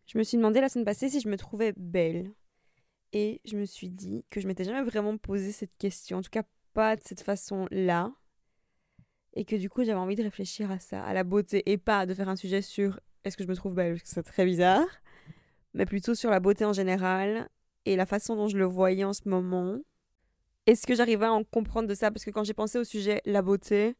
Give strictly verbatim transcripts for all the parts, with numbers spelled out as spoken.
Je me suis demandé la semaine passée si je me trouvais belle. Et je me suis dit que je m'étais jamais vraiment posé cette question, en tout cas pas de cette façon-là. Et que du coup j'avais envie de réfléchir à ça, à la beauté. Et pas de faire un sujet sur est-ce que je me trouve belle, parce que c'est très bizarre. Mais plutôt sur la beauté en général et la façon dont je le voyais en ce moment. Est-ce que j'arrivais à en comprendre de ça? Parce que quand j'ai pensé au sujet la beauté,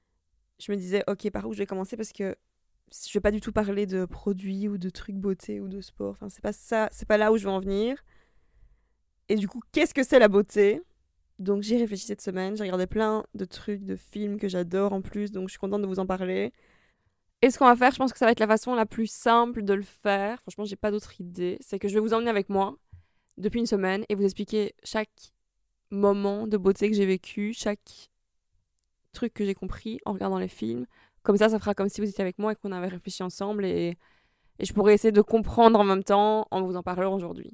je me disais ok, par où je vais commencer? Parce que je vais pas du tout parler de produits ou de trucs beauté ou de sport. Enfin, c'est pas ça, c'est pas là où je veux en venir. Et du coup, qu'est-ce que c'est la beauté? Donc j'y ai réfléchi cette semaine, j'ai regardé plein de trucs, de films que j'adore en plus, donc je suis contente de vous en parler. Et ce qu'on va faire, je pense que ça va être la façon la plus simple de le faire, franchement j'ai pas d'autre idée, c'est que je vais vous emmener avec moi depuis une semaine et vous expliquer chaque moment de beauté que j'ai vécu, chaque truc que j'ai compris en regardant les films. Comme ça, ça fera comme si vous étiez avec moi et qu'on avait réfléchi ensemble et, et je pourrais essayer de comprendre en même temps en vous en parlant aujourd'hui.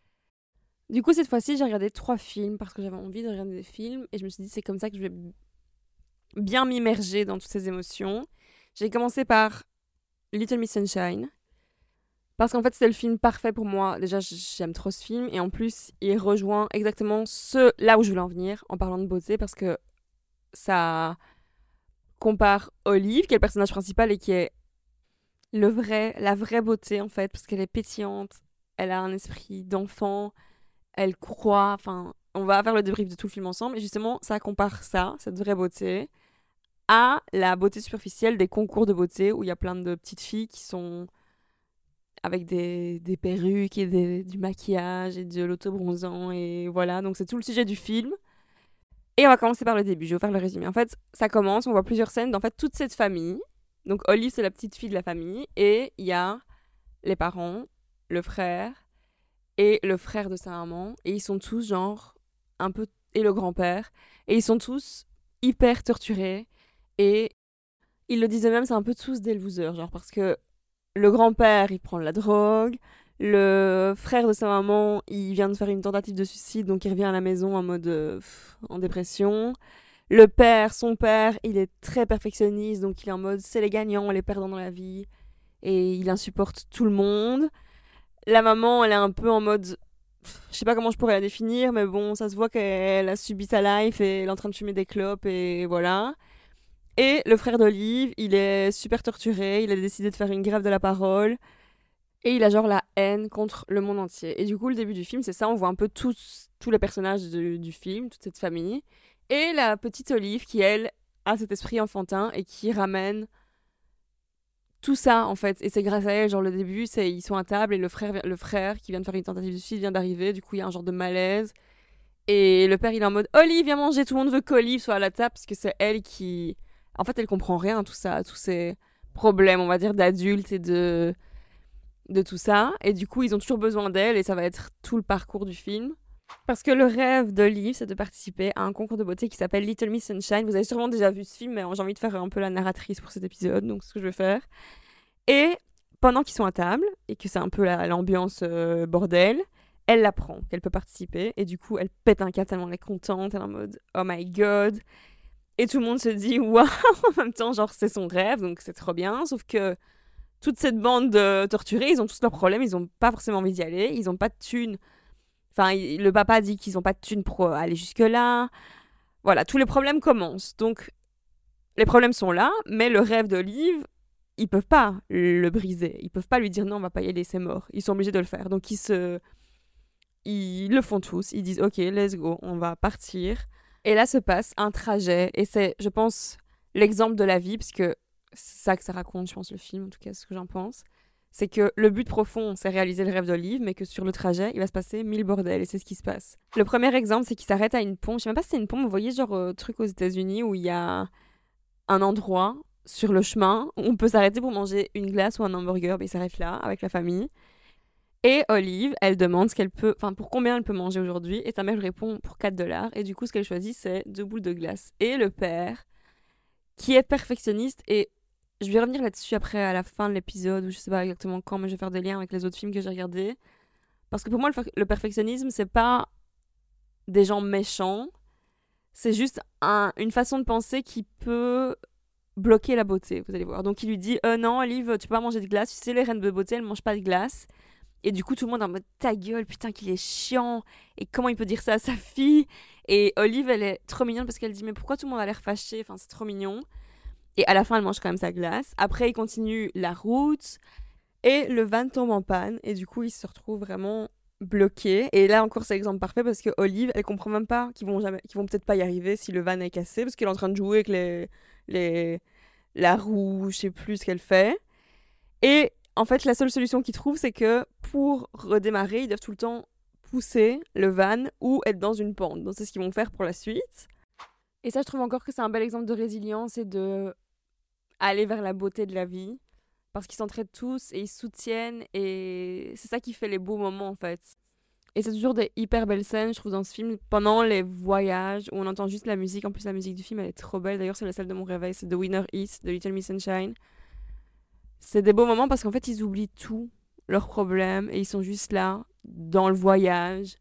Du coup, cette fois-ci, j'ai regardé trois films parce que j'avais envie de regarder des films et je me suis dit c'est comme ça que je vais bien m'immerger dans toutes ces émotions. J'ai commencé par Little Miss Sunshine parce qu'en fait, c'était le film parfait pour moi. Déjà, j'aime trop ce film et en plus, il rejoint exactement ce là où je voulais en venir en parlant de beauté parce que ça compare Olive, qui est le personnage principal et qui est le vrai, la vraie beauté en fait parce qu'elle est pétillante, elle a un esprit d'enfant. Elle croit, enfin, on va faire le débrief de tout le film ensemble, et justement, ça compare ça, cette vraie beauté, à la beauté superficielle des concours de beauté, où il y a plein de petites filles qui sont avec des, des perruques et des, du maquillage et de l'autobronzant, et voilà, donc c'est tout le sujet du film. Et on va commencer par le début, je vais vous faire le résumé. En fait, ça commence, on voit plusieurs scènes d'en fait toute cette famille. Donc Olive, c'est la petite fille de la famille, et il y a les parents, le frère, et le frère de sa maman, et ils sont tous genre un peu, et le grand-père, et ils sont tous hyper torturés, et ils le disent eux-mêmes, c'est un peu tous des losers, genre parce que le grand-père il prend de la drogue, le frère de sa maman il vient de faire une tentative de suicide, donc il revient à la maison en mode euh, pff, en dépression. Le père, son père, il est très perfectionniste, donc il est en mode c'est les gagnants, les perdants dans la vie, et il insupporte tout le monde. La maman, elle est un peu en mode. Je sais pas comment je pourrais la définir, mais bon, ça se voit qu'elle a subi sa life et elle est en train de fumer des clopes et voilà. Et le frère d'Olive, il est super torturé, il a décidé de faire une grève de la parole et il a genre la haine contre le monde entier. Et du coup, le début du film, c'est ça, on voit un peu tous, tous les personnages du, du film, toute cette famille. Et la petite Olive qui, elle, a cet esprit enfantin et qui ramène tout ça en fait, et c'est grâce à elle, genre le début c'est ils sont à table et le frère le frère qui vient de faire une tentative de suicide vient d'arriver, du coup il y a un genre de malaise et le père il est en mode Olive viens manger, tout le monde veut qu'Olive soit à la table parce que c'est elle qui en fait elle comprend rien à tout ça, à tous ces problèmes on va dire d'adultes et de de tout ça, et du coup ils ont toujours besoin d'elle et ça va être tout le parcours du film. Parce que le rêve d'Olive, c'est de participer à un concours de beauté qui s'appelle Little Miss Sunshine. Vous avez sûrement déjà vu ce film, mais j'ai envie de faire un peu la narratrice pour cet épisode, donc c'est ce que je vais faire. Et pendant qu'ils sont à table, et que c'est un peu la, l'ambiance euh, bordel, elle l'apprend qu'elle peut participer, et du coup, elle pète un câble tellement elle est contente, elle est en mode « Oh my God !» Et tout le monde se dit « Waouh !» En même temps, genre, c'est son rêve, donc c'est trop bien, sauf que toute cette bande de torturés, ils ont tous leurs problèmes, ils ont pas forcément envie d'y aller, ils ont pas de thunes. Enfin, il- le papa dit qu'ils ont pas de thunes pour aller jusque-là. Voilà, tous les problèmes commencent. Donc, les problèmes sont là, mais le rêve d'Olive, ils peuvent pas le briser. Ils peuvent pas lui dire non, on va pas y aller, c'est mort. Ils sont obligés de le faire. Donc, ils se. Ils le font tous. Ils disent ok, let's go, on va partir. Et là se passe un trajet. Et c'est, je pense, l'exemple de la vie, parce que c'est ça que ça raconte, je pense, le film, en tout cas, ce que j'en pense. C'est que le but profond, c'est réaliser le rêve d'Olive, mais que sur le trajet, il va se passer mille bordels, et c'est ce qui se passe. Le premier exemple, c'est qu'il s'arrête à une pompe. Je sais même pas si c'est une pompe, vous voyez, genre, euh, truc aux États-Unis où il y a un endroit sur le chemin où on peut s'arrêter pour manger une glace ou un hamburger. Ben, il s'arrête là, avec la famille. Et Olive, elle demande ce qu'elle peut, enfin, pour combien elle peut manger aujourd'hui, et sa mère lui répond pour quatre dollars, et du coup, ce qu'elle choisit, c'est deux boules de glace. Et le père, qui est perfectionniste, et je vais revenir là-dessus après à la fin de l'épisode, ou je sais pas exactement quand, mais je vais faire des liens avec les autres films que j'ai regardés. Parce que pour moi, le, fer- le perfectionnisme, c'est pas des gens méchants, c'est juste un- une façon de penser qui peut bloquer la beauté, vous allez voir. Donc il lui dit euh, non, Olive, tu peux pas manger de glace. Tu sais, les reines de beauté, elles mangent pas de glace. Et du coup, tout le monde est en mode ta gueule, putain, qu'il est chiant. Et comment il peut dire ça à sa fille? Et Olive, elle est trop mignonne parce qu'elle dit mais pourquoi tout le monde a l'air fâché? Enfin, c'est trop mignon. Et à la fin, elle mange quand même sa glace. Après, il continue la route. Et le van tombe en panne. Et du coup, il se retrouve vraiment bloqué. Et là encore, c'est l'exemple parfait parce que Olive, elle comprend même pas qu'ils vont jamais, qu'ils vont peut-être pas y arriver si le van est cassé. Parce qu'elle est en train de jouer avec les, les, la roue, je sais plus ce qu'elle fait. Et en fait, la seule solution qu'ils trouvent, c'est que pour redémarrer, ils doivent tout le temps pousser le van ou être dans une pente. Donc, c'est ce qu'ils vont faire pour la suite. Et ça, je trouve encore que c'est un bel exemple de résilience et de aller vers la beauté de la vie. Parce qu'ils s'entraident tous et ils se soutiennent. Et c'est ça qui fait les beaux moments, en fait. Et c'est toujours des hyper belles scènes, je trouve, dans ce film. Pendant les voyages, où on entend juste la musique. En plus, la musique du film, elle est trop belle. D'ailleurs, c'est la celle de mon réveil. C'est The Winner East de Little Miss Sunshine. C'est des beaux moments parce qu'en fait, ils oublient tout, leurs problèmes, et ils sont juste là, dans le voyage.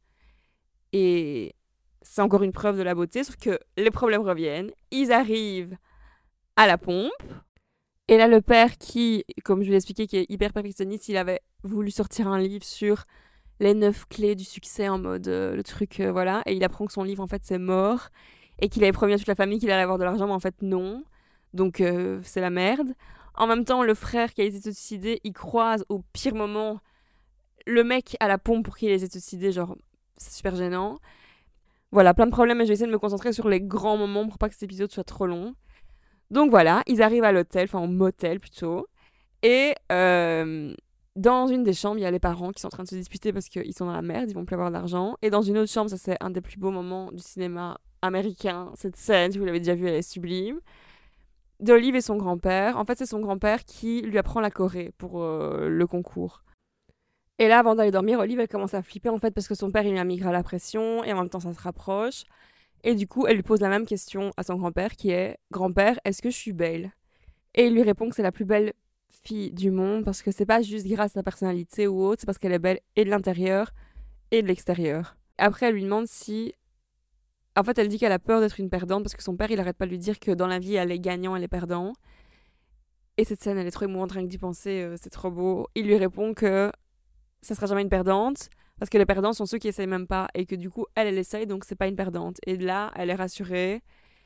Et c'est encore une preuve de la beauté, sauf que les problèmes reviennent. Ils arrivent à la pompe. Et là, le père qui, comme je vous l'ai expliqué, qui est hyper perfectionniste, il avait voulu sortir un livre sur les neuf clés du succès en mode euh, le truc, euh, voilà. Et il apprend que son livre, en fait, c'est mort. Et qu'il avait promis à toute la famille qu'il allait avoir de l'argent, mais en fait, non. Donc, euh, c'est la merde. En même temps, le frère qui a essayé de se suicider, il croise au pire moment le mec à la pompe pour qu'il ait essayé de se suicider. Genre, c'est super gênant. Voilà, plein de problèmes, mais je vais essayer de me concentrer sur les grands moments pour pas que cet épisode soit trop long. Donc voilà, ils arrivent à l'hôtel, enfin au motel plutôt. Et euh, dans une des chambres, il y a les parents qui sont en train de se disputer parce qu'ils sont dans la merde, ils vont plus avoir d'argent. Et dans une autre chambre, ça c'est un des plus beaux moments du cinéma américain. Cette scène, si vous l'avez déjà vue, elle est sublime. D'Olive et son grand-père. En fait, c'est son grand-père qui lui apprend la choré pour euh, le concours. Et là, avant d'aller dormir, Olive, elle commence à flipper en fait parce que son père, il lui a migré à la pression et en même temps, ça se rapproche. Et du coup, elle lui pose la même question à son grand-père qui est « Grand-père, est-ce que je suis belle ?» Et il lui répond que c'est la plus belle fille du monde parce que c'est pas juste grâce à sa personnalité ou autre, c'est parce qu'elle est belle et de l'intérieur et de l'extérieur. Après, elle lui demande si... En fait, elle dit qu'elle a peur d'être une perdante parce que son père, il arrête pas de lui dire que dans la vie, elle est gagnant, elle est perdant. Et cette scène, elle est trop émouvante, rien que d'y penser, euh, c'est trop beau. Il lui répond que ça sera jamais une perdante parce que les perdants sont ceux qui essayent même pas et que du coup, elle, elle essaye, donc c'est pas une perdante. Et là, elle est rassurée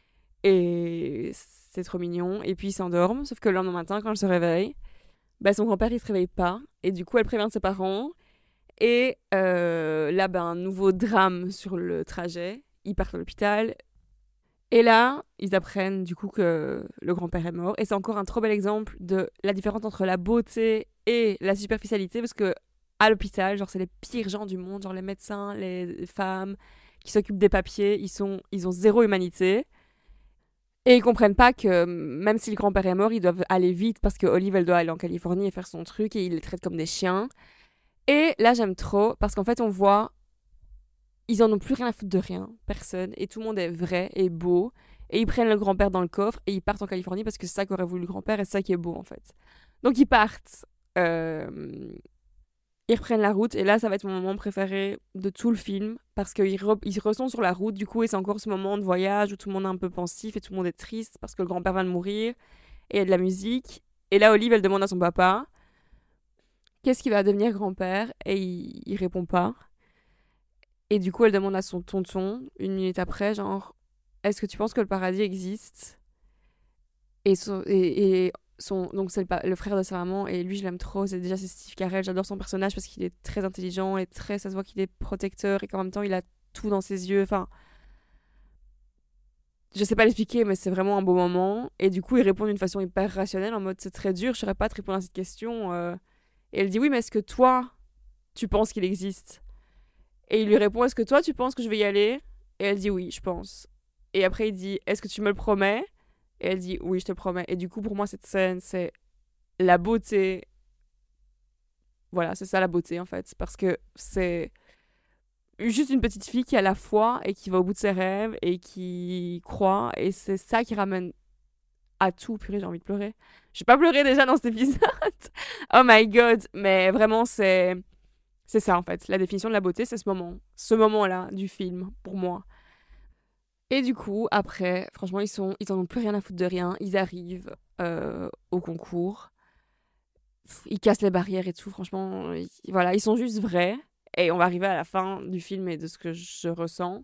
et c'est trop mignon. Et puis, ils s'endorment, sauf que le lendemain matin, quand elle se réveille, bah, son grand-père, il se réveille pas. Et du coup, elle prévient ses parents. Et euh, là, bah, un nouveau drame sur le trajet. Ils partent à l'hôpital. Et là, ils apprennent du coup que le grand-père est mort. Et c'est encore un trop bel exemple de la différence entre la beauté et la superficialité. Parce que à l'hôpital, genre, c'est les pires gens du monde. Genre, les médecins, les femmes qui s'occupent des papiers, ils, sont, ils ont zéro humanité. Et ils comprennent pas que même si le grand-père est mort, ils doivent aller vite parce que Olive, elle doit aller en Californie et faire son truc. Et ils les traitent comme des chiens. Et là, j'aime trop parce qu'en fait, on voit... Ils en ont plus rien à foutre de rien, personne, et tout le monde est vrai et beau. Et ils prennent le grand-père dans le coffre et ils partent en Californie parce que c'est ça qu'aurait voulu le grand-père et c'est ça qui est beau en fait. Donc ils partent, euh, ils reprennent la route et là ça va être mon moment préféré de tout le film parce qu'ils re- ils sont sur la route du coup et c'est encore ce moment de voyage où tout le monde est un peu pensif et tout le monde est triste parce que le grand-père vient de mourir et il y a de la musique. Et là Olive elle demande à son papa qu'est-ce qui va devenir grand-père et il, il répond pas. Et du coup, elle demande à son tonton, une minute après, genre, est-ce que tu penses que le paradis existe? Et son, et, et son donc c'est le, pa- le frère de sa maman, et lui, je l'aime trop. C'est déjà c'est Steve Carell. J'adore son personnage parce qu'il est très intelligent et très, ça se voit qu'il est protecteur et qu'en même temps, il a tout dans ses yeux. Enfin, je sais pas l'expliquer, mais c'est vraiment un beau moment. Et du coup, il répond d'une façon hyper rationnelle, en mode c'est très dur, je saurais pas te répondre à cette question. euh. Et elle dit oui, mais est-ce que toi, tu penses qu'il existe? Et il lui répond, est-ce que toi, tu penses que je vais y aller? Et elle dit oui, je pense. Et après, il dit, est-ce que tu me le promets? Et elle dit, oui, je te le promets. Et du coup, pour moi, cette scène, c'est la beauté. Voilà, c'est ça la beauté, en fait. Parce que c'est juste une petite fille qui a la foi et qui va au bout de ses rêves et qui croit. Et c'est ça qui ramène à tout. Purée, j'ai envie de pleurer. Je vais pas pleurer déjà dans cet épisode. Oh my god. Mais vraiment, c'est... C'est ça, en fait. La définition de la beauté, c'est ce moment. Ce moment-là du film, pour moi. Et du coup, après, franchement, ils sont, ils en ont plus rien à foutre de rien. Ils arrivent euh, au concours. Ils cassent les barrières et tout. Franchement, ils- voilà, ils sont juste vrais. Et on va arriver à la fin du film et de ce que je ressens.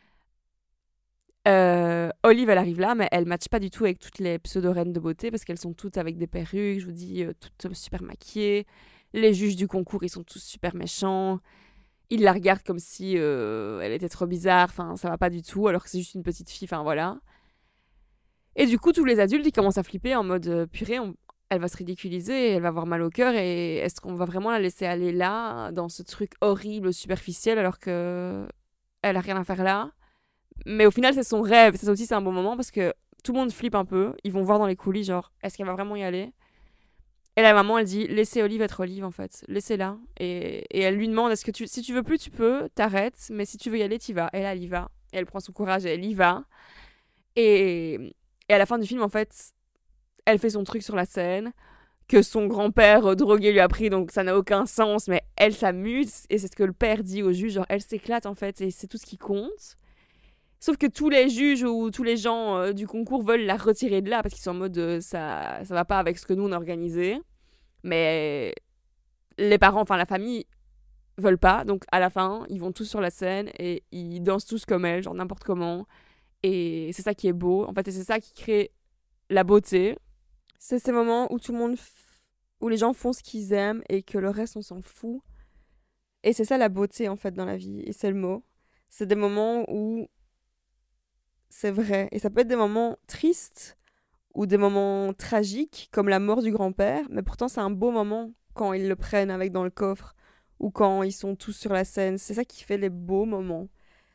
Euh, Olive, elle arrive là, mais elle matche pas du tout avec toutes les pseudo-reines de beauté parce qu'elles sont toutes avec des perruques, je vous dis, euh, toutes super maquillées. Les juges du concours, ils sont tous super méchants. Ils la regardent comme si euh, elle était trop bizarre. Enfin, ça va pas du tout, alors que c'est juste une petite fille. Enfin, voilà. Et du coup, tous les adultes, ils commencent à flipper en mode euh, purée, on- elle va se ridiculiser, elle va avoir mal au cœur. Et est-ce qu'on va vraiment la laisser aller là, dans ce truc horrible, superficiel, alors que elle a rien à faire là? Mais au final, c'est son rêve. Ça aussi, c'est un bon moment parce que tout le monde flippe un peu. Ils vont voir dans les coulisses, genre, est-ce qu'elle va vraiment y aller? Et la maman, elle dit, laissez Olive être Olive, en fait. Laissez-la. Et, et elle lui demande, est-ce que tu, si tu veux plus, tu peux, t'arrêtes. Mais si tu veux y aller, t'y vas. Et là, elle y va. Et elle prend son courage et elle y va. Et, et à la fin du film, en fait, elle fait son truc sur la scène que son grand-père euh, drogué lui a pris, donc ça n'a aucun sens. Mais elle s'amuse. Et c'est ce que le père dit au juge, genre, elle s'éclate, en fait. Et c'est tout ce qui compte. Sauf que tous les juges ou tous les gens euh, du concours veulent la retirer de là parce qu'ils sont en mode euh, ça, ça va pas avec ce que nous on a organisé. Mais les parents, enfin la famille, veulent pas. Donc à la fin, ils vont tous sur la scène et ils dansent tous comme elle, genre n'importe comment. Et c'est ça qui est beau. En fait, et c'est ça qui crée la beauté. C'est ces moments où tout le monde, f- où les gens font ce qu'ils aiment et que le reste on s'en fout. Et c'est ça la beauté en fait dans la vie. Et c'est le mot. C'est des moments où c'est vrai. Et ça peut être des moments tristes ou des moments tragiques, comme la mort du grand-père, mais pourtant c'est un beau moment quand ils le prennent avec dans le coffre ou quand ils sont tous sur la scène. C'est ça qui fait les beaux moments.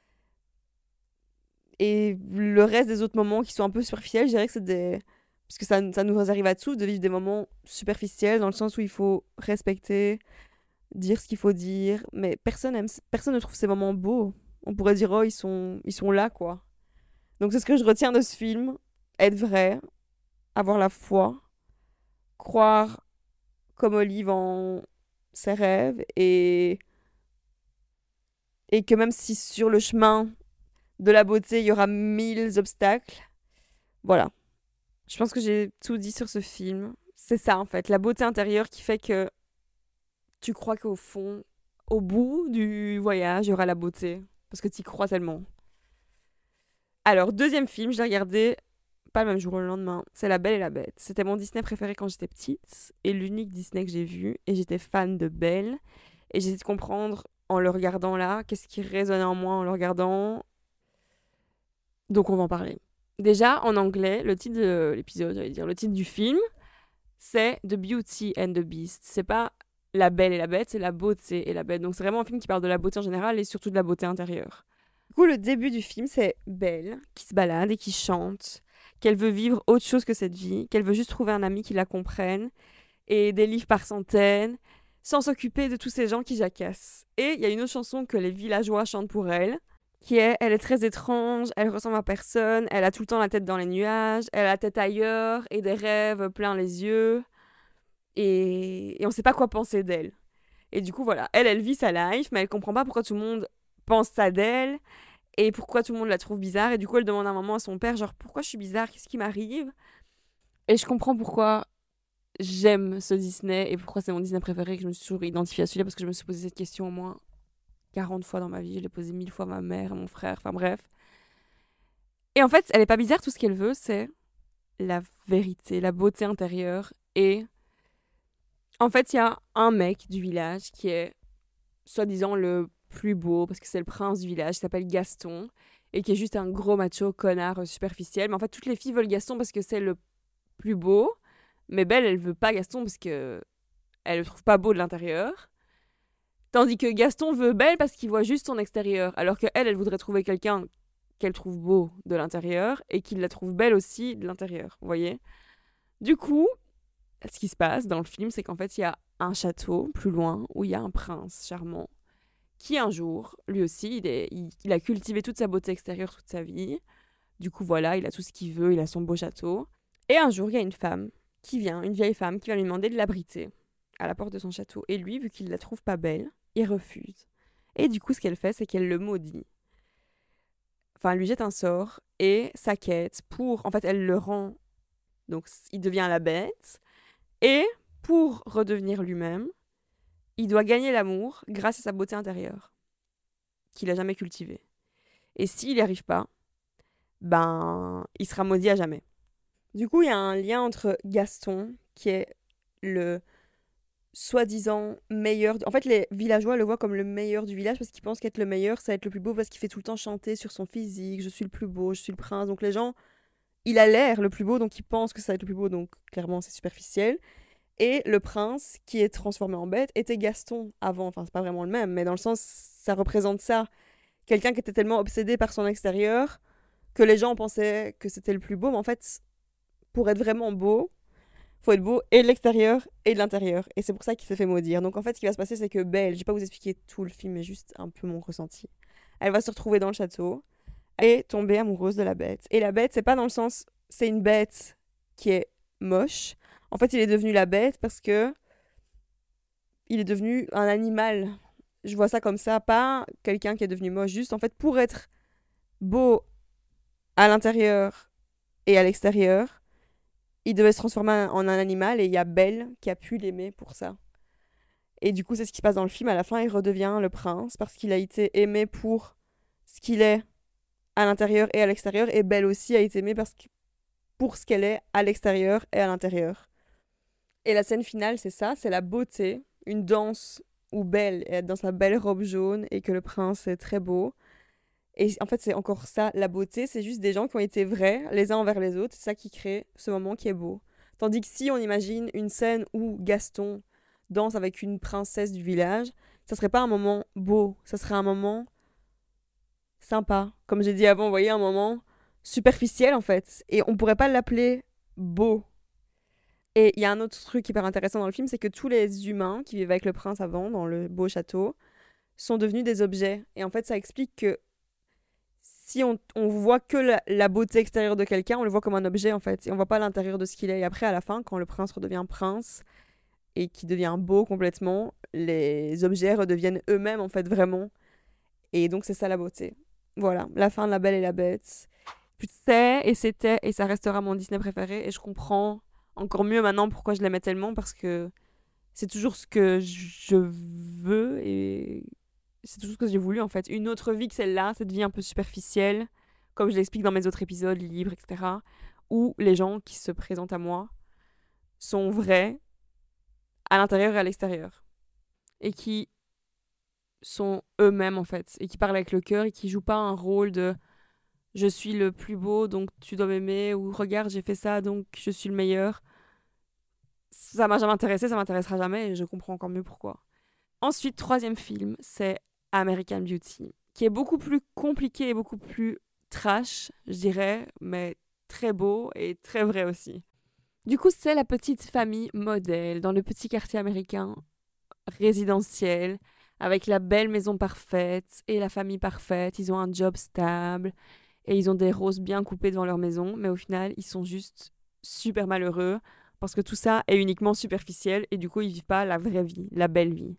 Et le reste des autres moments qui sont un peu superficiels, je dirais que c'est des... Parce que ça, ça nous arrive à tous de vivre des moments superficiels dans le sens où il faut respecter, dire ce qu'il faut dire, mais personne aime, personne ne trouve ces moments beaux. On pourrait dire, oh, ils sont, ils sont là, quoi. Donc c'est ce que je retiens de ce film. Être vrai, avoir la foi, croire comme Olive en ses rêves et, et que même si sur le chemin de la beauté, il y aura mille obstacles, voilà. Je pense que j'ai tout dit sur ce film. C'est ça en fait, la beauté intérieure qui fait que tu crois qu'au fond, au bout du voyage, il y aura la beauté. Parce que tu y crois tellement. Alors, deuxième film, je l'ai regardé pas le même jour, le lendemain. C'est La Belle et la Bête. C'était mon Disney préféré quand j'étais petite et l'unique Disney que j'ai vu. Et j'étais fan de Belle. Et j'ai essayé de comprendre en le regardant là, qu'est-ce qui résonnait en moi en le regardant. Donc on va en parler. Déjà, en anglais, le titre de l'épisode, j'allais dire, le titre du film, c'est The Beauty and the Beast. C'est pas La Belle et la Bête, c'est La Beauté et la Bête. Donc c'est vraiment un film qui parle de la beauté en général et surtout de la beauté intérieure. Du coup, le début du film, c'est Belle qui se balade et qui chante, qu'elle veut vivre autre chose que cette vie, qu'elle veut juste trouver un ami qui la comprenne, et des livres par centaines, sans s'occuper de tous ces gens qui jacassent. Et il y a une autre chanson que les villageois chantent pour elle, qui est Elle est très étrange, elle ressemble à personne, elle a tout le temps la tête dans les nuages, elle a la tête ailleurs et des rêves plein les yeux, et, et on sait pas quoi penser d'elle. Et du coup, voilà, elle, elle vit sa life, mais elle comprend pas pourquoi tout le monde pense ça d'elle, et pourquoi tout le monde la trouve bizarre. Et du coup, elle demande un moment à son père, genre, pourquoi je suis bizarre, qu'est-ce qui m'arrive? Et je comprends pourquoi j'aime ce Disney et pourquoi c'est mon Disney préféré, que je me suis toujours identifiée à celui-là, parce que je me suis posé cette question au moins quarante fois dans ma vie. Je l'ai posée mille fois à ma mère, à mon frère, enfin bref. Et en fait, elle est pas bizarre, tout ce qu'elle veut, c'est la vérité, la beauté intérieure. Et en fait, il y a un mec du village qui est soi-disant le plus beau, parce que c'est le prince du village, qui s'appelle Gaston, et qui est juste un gros macho connard euh, superficiel. Mais en fait, toutes les filles veulent Gaston parce que c'est le plus beau. Mais Belle, elle veut pas Gaston parce que elle le trouve pas beau de l'intérieur. Tandis que Gaston veut Belle parce qu'il voit juste son extérieur. Alors que elle, elle voudrait trouver quelqu'un qu'elle trouve beau de l'intérieur et qu'il la trouve belle aussi de l'intérieur. Vous voyez? Du coup, ce qui se passe dans le film, c'est qu'en fait, il y a un château plus loin où il y a un prince charmant qui un jour, lui aussi, il, est, il, il a cultivé toute sa beauté extérieure toute sa vie. Du coup, voilà, il a tout ce qu'il veut, il a son beau château. Et un jour, il y a une femme qui vient, une vieille femme, qui va lui demander de l'abriter à la porte de son château. Et lui, vu qu'il la trouve pas belle, il refuse. Et du coup, ce qu'elle fait, c'est qu'elle le maudit. enfin, elle lui jette un sort et sa quête pour, en fait, elle le rend, donc il devient la bête et pour redevenir lui-même, il doit gagner l'amour grâce à sa beauté intérieure qu'il a jamais cultivée. Et s'il n'y arrive pas, ben, il sera maudit à jamais. Du coup, il y a un lien entre Gaston, qui est le soi-disant meilleur. En fait, les villageois le voient comme le meilleur du village parce qu'ils pensent qu'être le meilleur, ça va être le plus beau parce qu'il fait tout le temps chanter sur son physique. Je suis le plus beau, je suis le prince. Donc les gens, il a l'air le plus beau, donc ils pensent que ça va être le plus beau. Donc clairement, c'est superficiel. Et le prince, qui est transformé en bête, était Gaston avant. Enfin, c'est pas vraiment le même, mais dans le sens, ça représente ça. Quelqu'un qui était tellement obsédé par son extérieur que les gens pensaient que c'était le plus beau. Mais en fait, pour être vraiment beau, faut être beau et de l'extérieur et de l'intérieur. Et c'est pour ça qu'il s'est fait maudire. Donc en fait, ce qui va se passer, c'est que Belle, je vais pas vous expliquer tout le film, mais juste un peu mon ressenti. Elle va se retrouver dans le château et tomber amoureuse de la bête. Et la bête, c'est pas dans le sens, c'est une bête qui est moche. En fait, il est devenu la bête parce que il est devenu un animal. Je vois ça comme ça, pas quelqu'un qui est devenu moche. Juste, en fait, pour être beau à l'intérieur et à l'extérieur, il devait se transformer en un animal et il y a Belle qui a pu l'aimer pour ça. Et du coup, c'est ce qui se passe dans le film. À la fin, il redevient le prince parce qu'il a été aimé pour ce qu'il est à l'intérieur et à l'extérieur. Et Belle aussi a été aimée parce que pour ce qu'elle est à l'extérieur et à l'intérieur. Et la scène finale, c'est ça, c'est la beauté. Une danse où Belle est dans sa belle robe jaune et que le prince est très beau. Et en fait, c'est encore ça, la beauté, c'est juste des gens qui ont été vrais les uns envers les autres. C'est ça qui crée ce moment qui est beau. Tandis que si on imagine une scène où Gaston danse avec une princesse du village, ça serait pas un moment beau, ça serait un moment sympa. Comme j'ai dit avant, vous voyez, un moment superficiel en fait. Et on pourrait pas l'appeler beau. Et il y a un autre truc hyper intéressant dans le film, c'est que tous les humains qui vivaient avec le prince avant, dans le beau château, sont devenus des objets. Et en fait, ça explique que si on, on voit que la, la beauté extérieure de quelqu'un, on le voit comme un objet en fait, et on voit pas l'intérieur de ce qu'il est. Et après, à la fin, quand le prince redevient prince et qui devient beau complètement, les objets redeviennent eux-mêmes en fait vraiment. Et donc c'est ça la beauté. Voilà, la fin de La Belle et la Bête. C'est et c'était et ça restera mon Disney préféré. Et je comprends encore mieux maintenant pourquoi je l'aimais tellement parce que c'est toujours ce que je veux et c'est tout ce que j'ai voulu en fait. Une autre vie que celle-là, cette vie un peu superficielle, comme je l'explique dans mes autres épisodes, libres, et cetera, où les gens qui se présentent à moi sont vrais à l'intérieur et à l'extérieur. Et qui sont eux-mêmes en fait. Et qui parlent avec le cœur et qui jouent pas un rôle de je suis le plus beau donc tu dois m'aimer ou regarde j'ai fait ça donc je suis le meilleur. Ça m'a jamais intéressé, ça m'intéressera jamais et je comprends encore mieux pourquoi. Ensuite, troisième film, c'est American Beauty, qui est beaucoup plus compliqué et beaucoup plus trash, je dirais, mais très beau et très vrai aussi. Du coup, c'est la petite famille modèle dans le petit quartier américain résidentiel, avec la belle maison parfaite et la famille parfaite. Ils ont un job stable et ils ont des roses bien coupées devant leur maison, mais au final, ils sont juste super malheureux parce que tout ça est uniquement superficiel et du coup, ils vivent pas la vraie vie, la belle vie.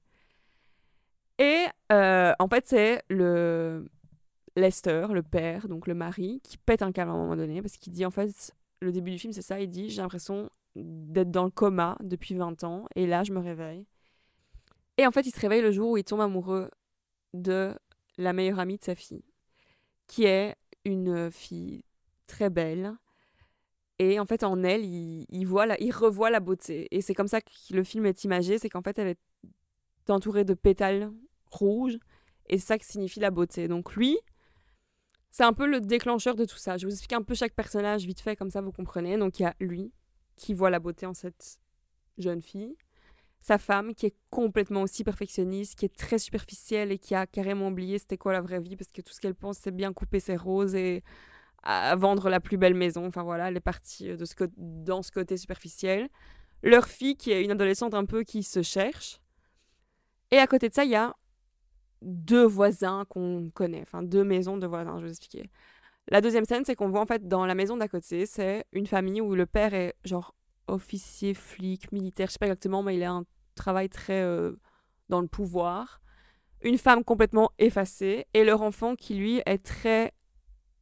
Et euh, en fait, c'est le Lester, le père, donc le mari, qui pète un câble à un moment donné parce qu'il dit en fait, le début du film, c'est ça, il dit j'ai l'impression d'être dans le coma depuis vingt ans et là, je me réveille. Et en fait, il se réveille le jour où il tombe amoureux de la meilleure amie de sa fille, qui est une fille très belle. Et en fait, en elle, il, il, voit la, il revoit la beauté. Et c'est comme ça que le film est imagé, c'est qu'en fait, elle est entourée de pétales rouges. Et c'est ça que signifie la beauté. Donc lui, c'est un peu le déclencheur de tout ça. Je vous explique un peu chaque personnage vite fait, comme ça vous comprenez. Donc il y a lui, qui voit la beauté en cette jeune fille. Sa femme, qui est complètement aussi perfectionniste, qui est très superficielle et qui a carrément oublié c'était quoi la vraie vie, parce que tout ce qu'elle pense, c'est bien couper ses roses et à vendre la plus belle maison. Enfin voilà, elle est partie de ce co- dans ce côté superficiel. Leur fille, qui est une adolescente un peu qui se cherche. Et à côté de ça, il y a deux voisins qu'on connaît, enfin deux maisons de voisins, je vais vous expliquer. La deuxième scène, c'est qu'on voit en fait dans la maison d'à côté, c'est une famille où le père est genre officier, flic, militaire, je sais pas exactement, mais il a un travail très euh, dans le pouvoir. Une femme complètement effacée et leur enfant qui lui est très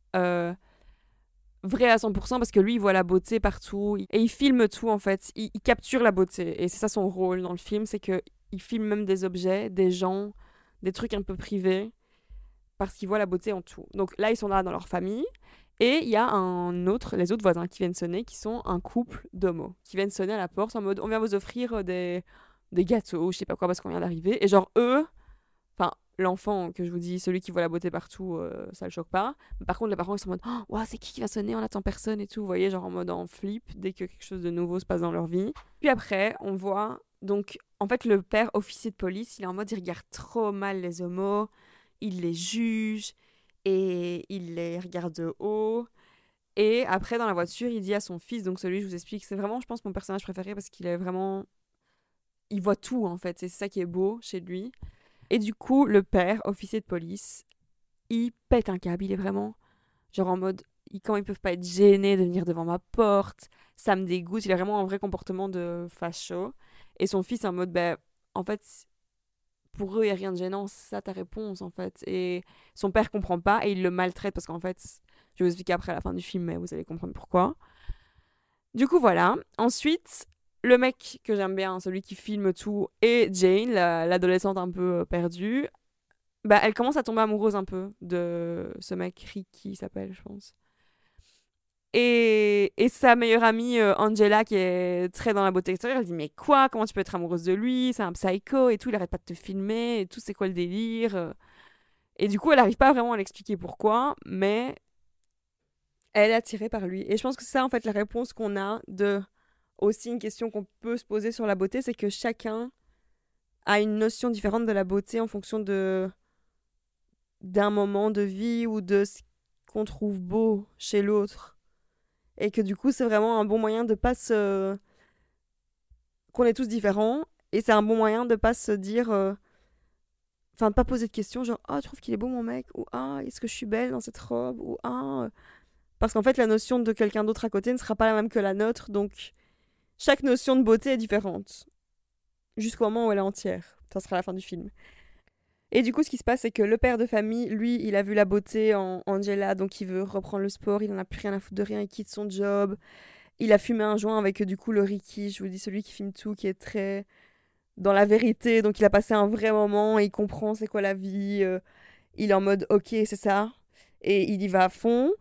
euh, vrai à cent pour cent parce que lui, il voit la beauté partout et il filme tout en fait. Il, il capture la beauté et c'est ça son rôle dans le film, c'est que il filme même des objets, des gens, des trucs un peu privés parce qu'il voit la beauté en tout. Donc là, ils sont là dans leur famille et il y a un autre, les autres voisins qui viennent sonner, qui sont un couple d'homos qui viennent sonner à la porte en mode on vient vous offrir des des gâteaux, je sais pas quoi parce qu'on vient d'arriver et genre eux, enfin l'enfant que je vous dis, celui qui voit la beauté partout, euh, ça le choque pas. Mais par contre, les parents, ils sont en mode oh, wow, c'est qui qui va sonner, on attend personne et tout. Vous voyez, genre en mode en flip dès que quelque chose de nouveau se passe dans leur vie. Puis après, on voit donc en fait le père officier de police, il est en mode il regarde trop mal les homos, il les juge et il les regarde de haut. Et après, dans la voiture, il dit à son fils, donc celui, je vous explique, c'est vraiment, je pense, mon personnage préféré parce qu'il est vraiment. Il voit tout en fait, c'est ça qui est beau chez lui. Et du coup, le père, officier de police, il pète un câble. Il est vraiment genre en mode, ils, quand ils peuvent pas être gênés de venir devant ma porte, ça me dégoûte. Il a vraiment un vrai comportement de facho. Et son fils est en mode, ben, en fait, pour eux, il n'y a rien de gênant, c'est ça ta réponse en fait. Et son père comprend pas et il le maltraite parce qu'en fait, je vais vous expliquer après à la fin du film, mais vous allez comprendre pourquoi. Du coup, voilà. Ensuite, le mec que j'aime bien, celui qui filme tout, et Jane, la- l'adolescente un peu euh, perdue, bah, elle commence à tomber amoureuse un peu de ce mec, Ricky, il s'appelle, je pense. Et, et sa meilleure amie, euh, Angela, qui est très dans la beauté extérieure, elle dit mais quoi, comment tu peux être amoureuse de lui, c'est un psycho et tout, il arrête pas de te filmer et tout, c'est quoi le délire euh. Et du coup, elle arrive pas vraiment à l'expliquer pourquoi, mais elle est attirée par lui. Et je pense que c'est ça, en fait, la réponse qu'on a de aussi une question qu'on peut se poser sur la beauté, c'est que chacun a une notion différente de la beauté en fonction de d'un moment de vie ou de ce qu'on trouve beau chez l'autre. Et que du coup, c'est vraiment un bon moyen de pas se. Qu'on est tous différents. Et c'est un bon moyen de pas se dire. euh, Enfin, de pas poser de questions genre, ah, oh, tu trouves qu'il est beau mon mec? Ou ah, est-ce que je suis belle dans cette robe? Ou ah. euh. Parce qu'en fait, la notion de quelqu'un d'autre à côté ne sera pas la même que la nôtre. Donc, chaque notion de beauté est différente. Jusqu'au moment où elle est entière. Ça sera la fin du film. Et du coup, ce qui se passe, c'est que le père de famille, lui, il a vu la beauté en Angela, donc il veut reprendre le sport, il en a plus rien à foutre de rien, il quitte son job. Il a fumé un joint avec du coup le Ricky, je vous dis celui qui filme tout, qui est très dans la vérité, donc il a passé un vrai moment, il comprend c'est quoi la vie, euh, il est en mode ok, c'est ça, et il y va à fond.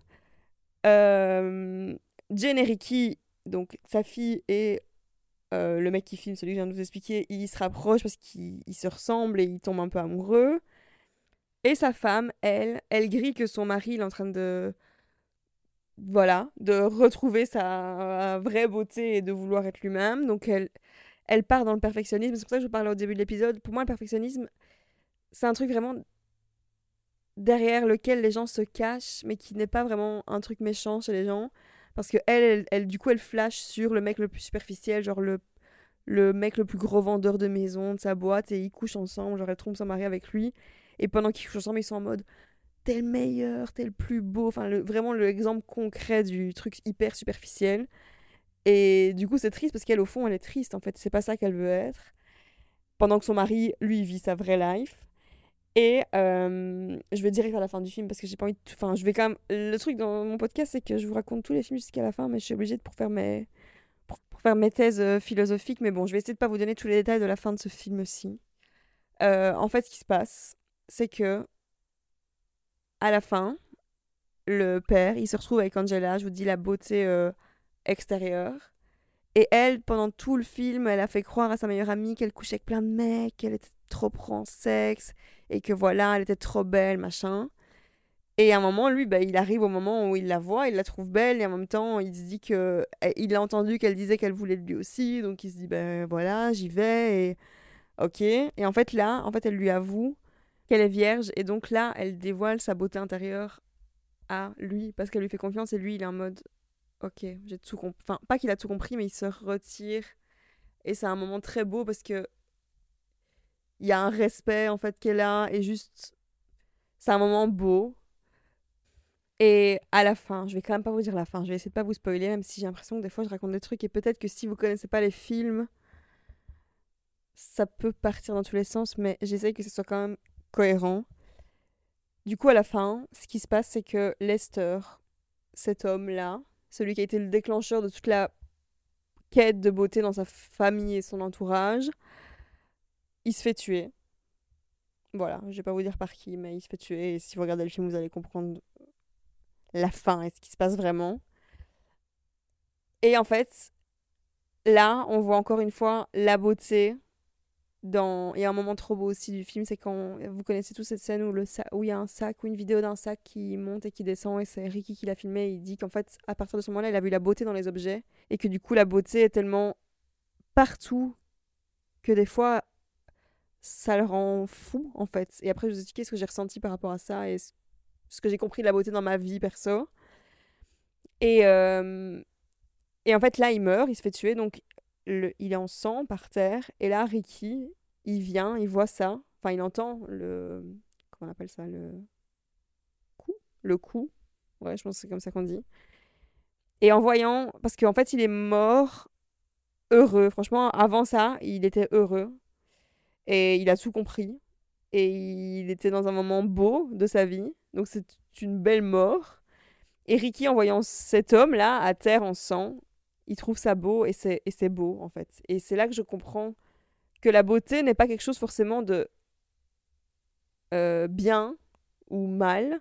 Euh, Jane et Ricky, donc sa fille et euh, le mec qui filme, celui que je viens de vous expliquer, ils se rapprochent parce qu'ils ils se ressemblent et ils tombent un peu amoureux. Et sa femme, elle, elle grille que son mari il est en train de, voilà, de retrouver sa vraie beauté et de vouloir être lui-même. Donc elle, elle part dans le perfectionnisme. C'est pour ça que je parlais au début de l'épisode. Pour moi, le perfectionnisme, c'est un truc vraiment derrière lequel les gens se cachent, mais qui n'est pas vraiment un truc méchant chez les gens. Parce que elle, elle, elle, du coup, elle flash sur le mec le plus superficiel, genre le, le mec le plus gros vendeur de maison de sa boîte, et ils couchent ensemble, genre elle trompe son mari avec lui. Et pendant qu'ils couchent ensemble, ils sont en mode t'es le meilleur, t'es le plus beau. Enfin, le, vraiment l'exemple concret du truc hyper superficiel. Et du coup, c'est triste parce qu'elle, au fond, elle est triste. En fait, c'est pas ça qu'elle veut être. Pendant que son mari, lui, vit sa vraie life. Et euh, je vais direct à la fin du film parce que j'ai pas envie de. Enfin, je vais quand même. Le truc dans mon podcast, c'est que je vous raconte tous les films jusqu'à la fin, mais je suis obligée de pour faire mes. Pour, pour faire mes thèses euh, philosophiques. Mais bon, je vais essayer de pas vous donner tous les détails de la fin de ce film-ci. Euh, en fait, ce qui se passe, c'est que. À la fin, le père, il se retrouve avec Angela, je vous dis la beauté euh, extérieure. Et elle, pendant tout le film, elle a fait croire à sa meilleure amie qu'elle couchait avec plein de mecs, qu'elle était trop pro en sexe, et que voilà, elle était trop belle, machin. Et à un moment, lui, bah, il arrive au moment où il la voit, il la trouve belle, et en même temps, il se dit que. Il a entendu qu'elle disait qu'elle voulait de lui aussi, donc il se dit, ben voilà, j'y vais, et ok. Et en fait, là, en fait, elle lui avoue qu'elle est vierge, et donc là, elle dévoile sa beauté intérieure à lui parce qu'elle lui fait confiance et lui il est en mode ok j'ai tout compris, enfin pas qu'il a tout compris mais il se retire et c'est un moment très beau parce que il y a un respect en fait qu'elle a et juste c'est un moment beau. Et à la fin, je vais quand même pas vous dire la fin, je vais essayer de pas vous spoiler même si j'ai l'impression que des fois je raconte des trucs et peut-être que si vous connaissez pas les films ça peut partir dans tous les sens mais j'essaye que ce soit quand même cohérent. Du coup, à la fin, ce qui se passe, c'est que Lester, cet homme-là, celui qui a été le déclencheur de toute la quête de beauté dans sa famille et son entourage, il se fait tuer. Voilà, je vais pas vous dire par qui, mais il se fait tuer. Et si vous regardez le film, vous allez comprendre la fin et ce qui se passe vraiment. Et en fait, là, on voit encore une fois la beauté. Dans... Il y a un moment trop beau aussi du film, c'est quand vous connaissez tous cette scène où, le sa... où il y a un sac ou une vidéo d'un sac qui monte et qui descend et c'est Ricky qui l'a filmé et il dit qu'en fait, à partir de ce moment-là, il a vu la beauté dans les objets et que du coup, la beauté est tellement partout que des fois, ça le rend fou en fait. Et après, je vous expliquer ce que j'ai ressenti par rapport à ça et ce que j'ai compris de la beauté dans ma vie perso. Et, euh, et en fait, là, il meurt, il se fait tuer, donc le... il est en sang par terre. Et là, Ricky, il vient, il voit ça. Enfin, il entend le... Comment on appelle ça? Le coup? Le coup. Ouais, je pense que c'est comme ça qu'on dit. Et en voyant... Parce qu'en fait, il est mort heureux. Franchement, avant ça, il était heureux. Et il a tout compris. Et il était dans un moment beau de sa vie. Donc c'est une belle mort. Et Ricky, en voyant cet homme-là, à terre en sang, il trouve ça beau et c'est, et c'est beau, en fait. Et c'est là que je comprends que la beauté n'est pas quelque chose forcément de euh, bien ou mal.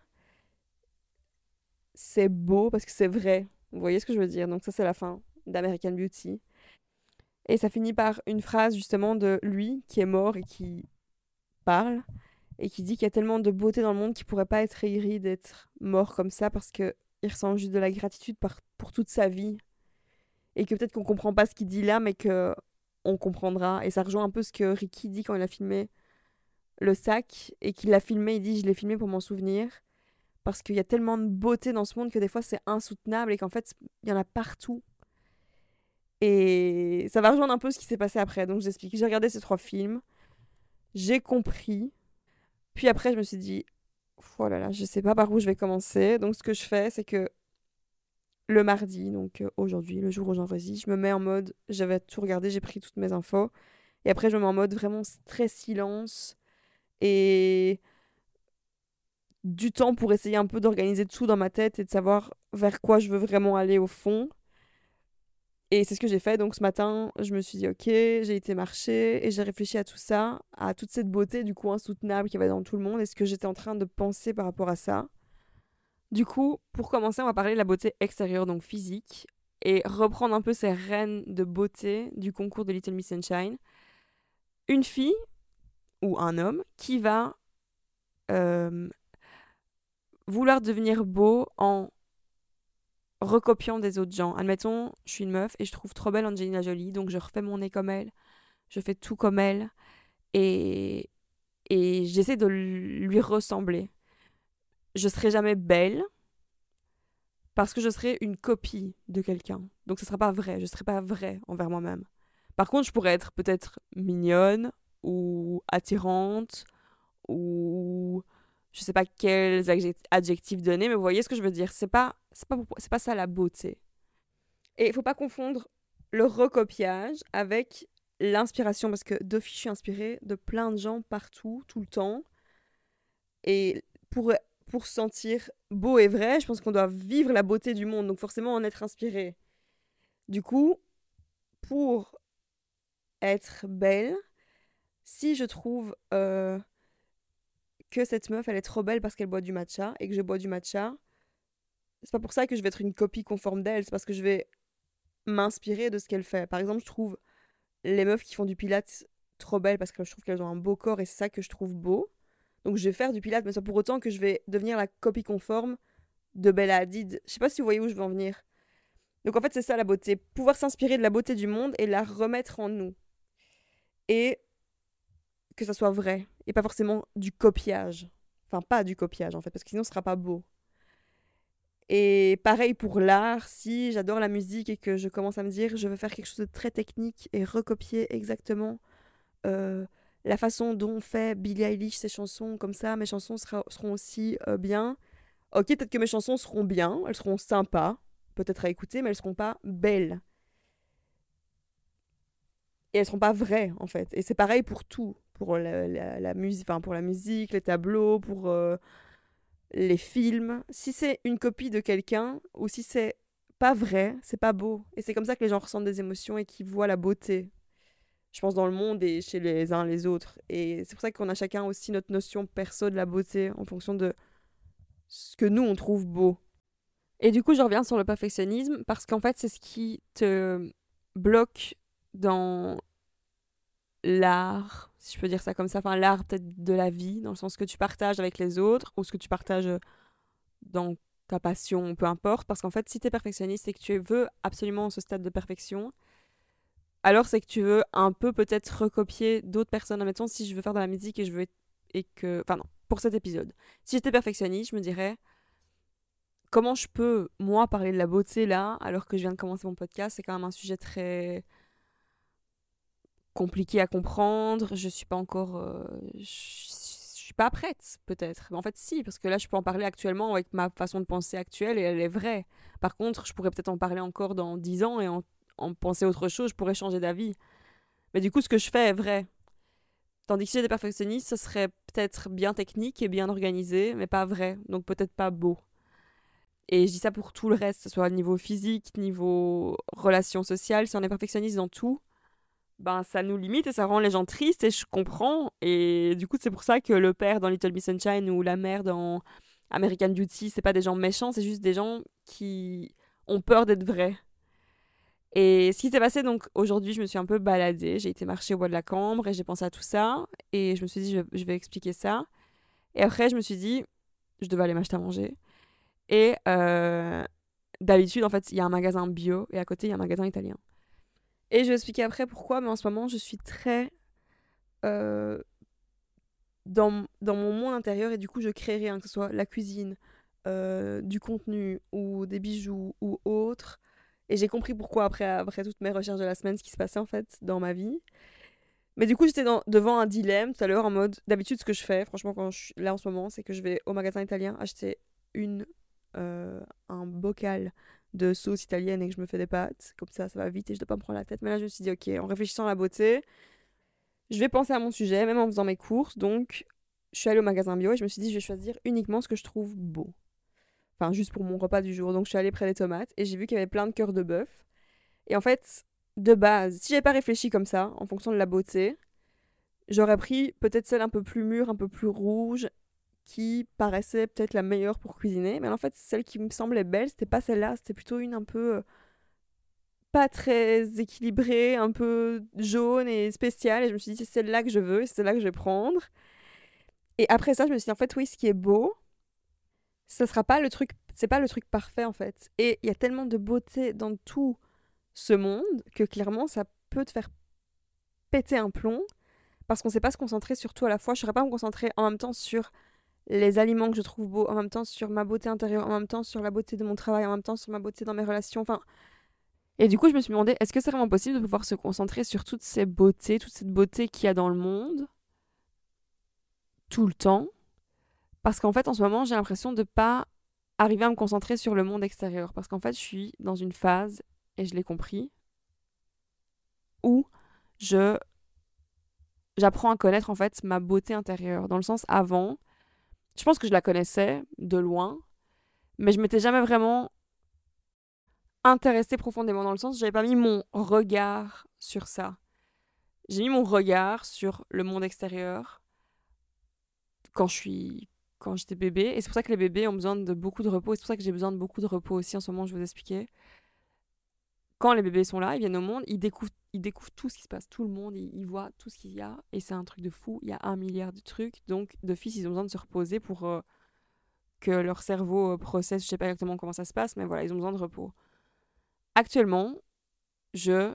C'est beau parce que c'est vrai. Vous voyez ce que je veux dire? Donc ça, c'est la fin d'American Beauty. Et ça finit par une phrase justement de lui qui est mort et qui parle et qui dit qu'il y a tellement de beauté dans le monde qu'il pourrait pas être aigri d'être mort comme ça parce que il ressent juste de la gratitude par, pour toute sa vie et que peut-être qu'on comprend pas ce qu'il dit là mais que on comprendra et ça rejoint un peu ce que Ricky dit quand il a filmé le sac et qu'il l'a filmé, il dit je l'ai filmé pour m'en souvenir parce qu'il y a tellement de beauté dans ce monde que des fois c'est insoutenable et qu'en fait il y en a partout et ça va rejoindre un peu ce qui s'est passé après donc j'explique, j'ai regardé ces trois films, j'ai compris, puis après je me suis dit oh là là, je sais pas par où je vais commencer. Donc ce que je fais, c'est que le mardi, donc euh, aujourd'hui, le jour où j'enregistre, je me mets en mode, j'avais tout regardé, j'ai pris toutes mes infos. Et après, je me mets en mode vraiment très silence et du temps pour essayer un peu d'organiser tout dans ma tête et de savoir vers quoi je veux vraiment aller au fond. Et c'est ce que j'ai fait. Donc ce matin, je me suis dit, ok, j'ai été marcher et j'ai réfléchi à tout ça, à toute cette beauté du coup insoutenable qu'il y avait dans tout le monde et ce que j'étais en train de penser par rapport à ça. Du coup, pour commencer, on va parler de la beauté extérieure, donc physique, et reprendre un peu ces reines de beauté du concours de Little Miss Sunshine. Une fille ou un homme qui va euh, vouloir devenir beau en recopiant des autres gens. Admettons, je suis une meuf et je trouve trop belle Angelina Jolie, donc je refais mon nez comme elle, je fais tout comme elle, et, et j'essaie de lui ressembler. Je serai jamais belle, parce que je serai une copie de quelqu'un. Donc ce ne sera pas vrai, je ne serai pas vrai envers moi-même. Par contre, je pourrais être peut-être mignonne ou attirante ou je sais pas quels adjectifs donner, mais vous voyez ce que je veux dire. C'est pas c'est pas c'est pas ça la beauté. Et il faut pas confondre le recopiage avec l'inspiration parce que d'office je suis inspirée de plein de gens partout tout le temps et pour pour se sentir beau et vrai, je pense qu'on doit vivre la beauté du monde, donc forcément en être inspiré. Du coup, pour être belle, si je trouve euh, que cette meuf, elle est trop belle parce qu'elle boit du matcha et que je bois du matcha, c'est pas pour ça que je vais être une copie conforme d'elle, c'est parce que je vais m'inspirer de ce qu'elle fait. Par exemple, je trouve les meufs qui font du pilates trop belles parce que je trouve qu'elles ont un beau corps et c'est ça que je trouve beau. Donc je vais faire du pilates, mais c'est pas pour autant que je vais devenir la copie conforme de Bella Hadid. Je sais pas si vous voyez où je veux en venir. Donc en fait, c'est ça la beauté. Pouvoir s'inspirer de la beauté du monde et la remettre en nous. Et que ça soit vrai. Et pas forcément du copiage. Enfin, pas du copiage en fait, parce que sinon ce sera pas beau. Et pareil pour l'art, si j'adore la musique et que je commence à me dire je veux faire quelque chose de très technique et recopier exactement euh, la façon dont on fait Billie Eilish ses chansons, comme ça mes chansons sera, seront aussi euh, bien. Ok, peut-être que mes chansons seront bien, elles seront sympas, peut-être à écouter, mais elles seront pas belles. Et elles seront pas vraies, en fait. Et c'est pareil pour tout. Pour la, la, la musique, enfin, pour la musique, les tableaux, pour, euh, les films. Si c'est une copie de quelqu'un ou si c'est pas vrai, c'est pas beau. Et c'est comme ça que les gens ressentent des émotions et qu'ils voient la beauté, je pense, dans le monde et chez les uns les autres. Et c'est pour ça qu'on a chacun aussi notre notion perso de la beauté en fonction de ce que nous, on trouve beau. Et du coup, je reviens sur le perfectionnisme parce qu'en fait, c'est ce qui te bloque dans l'art, si je peux dire ça comme ça, enfin l'art peut-être de la vie, dans le sens que tu partages avec les autres ou ce que tu partages dans ta passion, peu importe, parce qu'en fait, si tu es perfectionniste et que tu veux absolument ce stade de perfection, alors c'est que tu veux un peu peut-être recopier d'autres personnes. Admettons, si je veux faire de la musique et je veux être- et que, enfin non, pour cet épisode, si j'étais perfectionniste, je me dirais comment je peux moi parler de la beauté là, alors que je viens de commencer mon podcast, c'est quand même un sujet très compliqué à comprendre. Je suis pas encore, euh, je je suis pas prête peut-être. Mais en fait si, parce que là je peux en parler actuellement avec ma façon de penser actuelle et elle est vraie. Par contre, je pourrais peut-être en parler encore dans dix ans et en, en penser autre chose, je pourrais changer d'avis. Mais du coup, ce que je fais est vrai. Tandis que si j'étais perfectionniste, ce serait peut-être bien technique et bien organisé, mais pas vrai, donc peut-être pas beau. Et je dis ça pour tout le reste, que ce soit niveau physique, niveau relations sociales. Si on est perfectionniste dans tout, ben ça nous limite et ça rend les gens tristes et je comprends. Et du coup, c'est pour ça que le père dans Little Miss Sunshine ou la mère dans American Beauty, c'est pas des gens méchants, c'est juste des gens qui ont peur d'être vrais. Et ce qui s'est passé, donc aujourd'hui, je me suis un peu baladée. J'ai été marcher au bois de la Cambre et j'ai pensé à tout ça. Et je me suis dit, je, je vais expliquer ça. Et après, je me suis dit, je devais aller m'acheter à manger. Et euh, d'habitude, en fait, il y a un magasin bio et à côté, il y a un magasin italien. Et je vais expliquer après pourquoi, mais en ce moment, je suis très euh, dans, dans mon monde intérieur et du coup, je crée rien, que ce soit la cuisine, euh, du contenu ou des bijoux ou autre. Et j'ai compris pourquoi après, après toutes mes recherches de la semaine, ce qui se passait en fait dans ma vie. Mais du coup, j'étais dans- devant un dilemme tout à l'heure en mode, d'habitude, ce que je fais, franchement, quand je suis là en ce moment, c'est que je vais au magasin italien acheter une, euh, un bocal de sauce italienne et que je me fais des pâtes. Comme ça, ça va vite et je dois pas me prendre la tête. Mais là, je me suis dit, ok, en réfléchissant à la beauté, je vais penser à mon sujet, même en faisant mes courses. Donc, je suis allée au magasin bio et je me suis dit, je vais choisir uniquement ce que je trouve beau. Enfin, juste pour mon repas du jour. Donc, je suis allée près des tomates et j'ai vu qu'il y avait plein de cœurs de bœuf. Et en fait, de base, si j'avais pas réfléchi comme ça, en fonction de la beauté, j'aurais pris peut-être celle un peu plus mûre, un peu plus rouge, qui paraissait peut-être la meilleure pour cuisiner. Mais en fait, celle qui me semblait belle, c'était pas celle-là, c'était plutôt une un peu euh, pas très équilibrée, un peu jaune et spéciale. Et je me suis dit, c'est celle-là que je veux, c'est celle-là que je vais prendre. Et après ça, je me suis dit, en fait, oui, ce qui est beau, ça sera pas le truc, c'est pas le truc parfait en fait. Et il y a tellement de beauté dans tout ce monde que clairement, ça peut te faire péter un plomb parce qu'on sait pas se concentrer sur tout à la fois. Je ne saurais pas me concentrer en même temps sur les aliments que je trouve beaux, en même temps sur ma beauté intérieure, en même temps sur la beauté de mon travail, en même temps sur ma beauté dans mes relations. Enfin, et du coup, je me suis demandé, est-ce que c'est vraiment possible de pouvoir se concentrer sur toutes ces beautés, toute cette beauté qu'il y a dans le monde, tout le temps? Parce qu'en fait, en ce moment, j'ai l'impression de pas arriver à me concentrer sur le monde extérieur. Parce qu'en fait, je suis dans une phase, et je l'ai compris, où je j'apprends à connaître en fait ma beauté intérieure. Dans le sens avant, je pense que je la connaissais de loin, mais je m'étais jamais vraiment intéressée profondément dans le sens, j'avais pas mis mon regard sur ça. J'ai mis mon regard sur le monde extérieur quand je suis quand j'étais bébé et c'est pour ça que les bébés ont besoin de beaucoup de repos et c'est pour ça que j'ai besoin de beaucoup de repos aussi en ce moment, je vais vous expliquer. Quand les bébés sont là, ils viennent au monde, ils découvrent ils découvrent tout ce qui se passe, tout le monde, ils, ils voient tout ce qu'il y a et c'est un truc de fou, il y a un milliard de trucs, donc de fils ils ont besoin de se reposer pour euh, que leur cerveau euh, processe, je sais pas exactement comment ça se passe, mais voilà, ils ont besoin de repos. Actuellement, je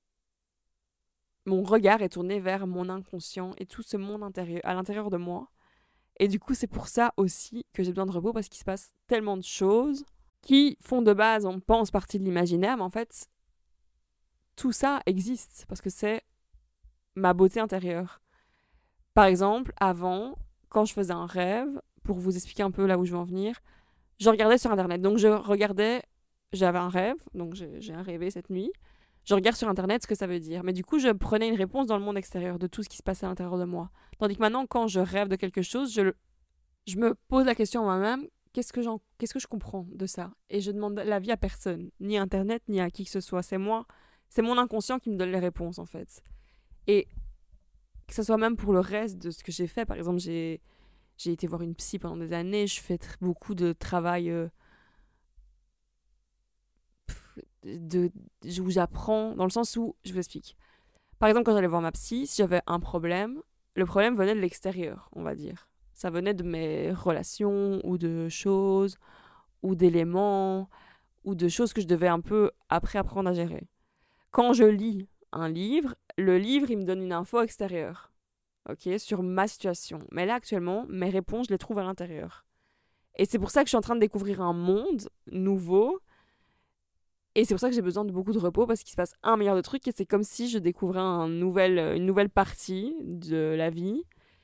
mon regard est tourné vers mon inconscient et tout ce monde intérieur, à l'intérieur de moi. Et du coup, c'est pour ça aussi que j'ai besoin de repos parce qu'il se passe tellement de choses qui font de base, on pense partie de l'imaginaire, mais en fait, tout ça existe parce que c'est ma beauté intérieure. Par exemple, avant, quand je faisais un rêve, pour vous expliquer un peu là où je veux en venir, je regardais sur Internet. Donc je regardais, j'avais un rêve, donc j'ai, j'ai rêvé cette nuit. Je regarde sur Internet ce que ça veut dire. Mais du coup, je prenais une réponse dans le monde extérieur de tout ce qui se passait à l'intérieur de moi. Tandis que maintenant, quand je rêve de quelque chose, je, je me pose la question à moi-même, qu'est-ce que, j'en, qu'est-ce que je comprends de ça? Et je demande l'avis à personne, ni à Internet, ni à qui que ce soit. C'est moi, c'est mon inconscient qui me donne les réponses, en fait. Et que ce soit même pour le reste de ce que j'ai fait. Par exemple, j'ai, j'ai été voir une psy pendant des années. Je fais tr- beaucoup de travail euh, de, où j'apprends, dans le sens où, je vous explique. Par exemple, quand j'allais voir ma psy, si j'avais un problème, le problème venait de l'extérieur, on va dire. Ça venait de mes relations ou de choses ou d'éléments ou de choses que je devais un peu après apprendre à gérer. Quand je lis un livre, le livre, il me donne une info extérieure, ok, sur ma situation. Mais là, actuellement, mes réponses, je les trouve à l'intérieur. Et c'est pour ça que je suis en train de découvrir un monde nouveau. Et c'est pour ça que j'ai besoin de beaucoup de repos, parce qu'il se passe un milliard de trucs et c'est comme si je découvrais un nouvel, une nouvelle partie de la vie.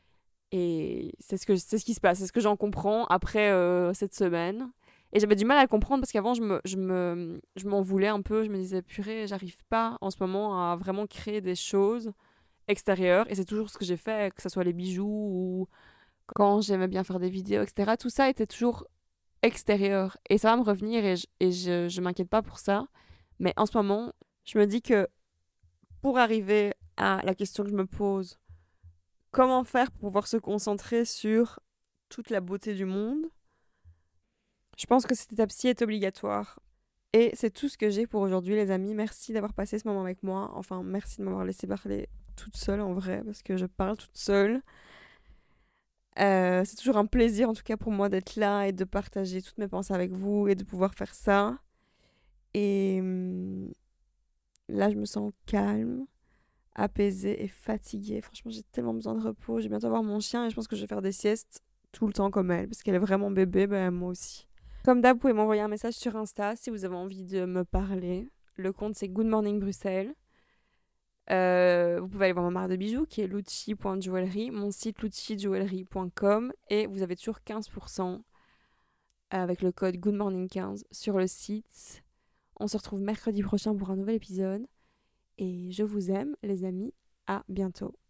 Et c'est ce, que, c'est ce qui se passe, c'est ce que j'en comprends après euh, cette semaine. Et j'avais du mal à le comprendre parce qu'avant, je, me, je, me, je m'en voulais un peu. Je me disais, purée, j'arrive pas en ce moment à vraiment créer des choses extérieures. Et c'est toujours ce que j'ai fait, que ce soit les bijoux ou quand j'aimais bien faire des vidéos, et cetera. Tout ça était toujours extérieur. Et ça va me revenir et je, et je, je m'inquiète pas pour ça. Mais en ce moment, je me dis que pour arriver à la question que je me pose, comment faire pour pouvoir se concentrer sur toute la beauté du monde, je pense que cette étape-ci est obligatoire. Et c'est tout ce que j'ai pour aujourd'hui, les amis. Merci d'avoir passé ce moment avec moi. Enfin, merci de m'avoir laissé parler toute seule en vrai, parce que je parle toute seule. Euh, c'est toujours un plaisir, en tout cas pour moi, d'être là et de partager toutes mes pensées avec vous et de pouvoir faire ça. Et hum, là, je me sens calme, apaisée et fatiguée. Franchement, j'ai tellement besoin de repos. Je vais bientôt voir mon chien et je pense que je vais faire des siestes tout le temps comme elle, parce qu'elle est vraiment bébé, ben moi aussi. Comme d'hab, vous pouvez m'envoyer un message sur Insta si vous avez envie de me parler. Le compte, c'est Good Morning Bruxelles. Euh, vous pouvez aller voir ma marque de bijoux qui est lucci point jewelry, mon site lucci jewelry point com et vous avez toujours quinze pour cent avec le code good morning quinze sur le site. On se retrouve mercredi prochain pour un nouvel épisode et je vous aime les amis, à bientôt.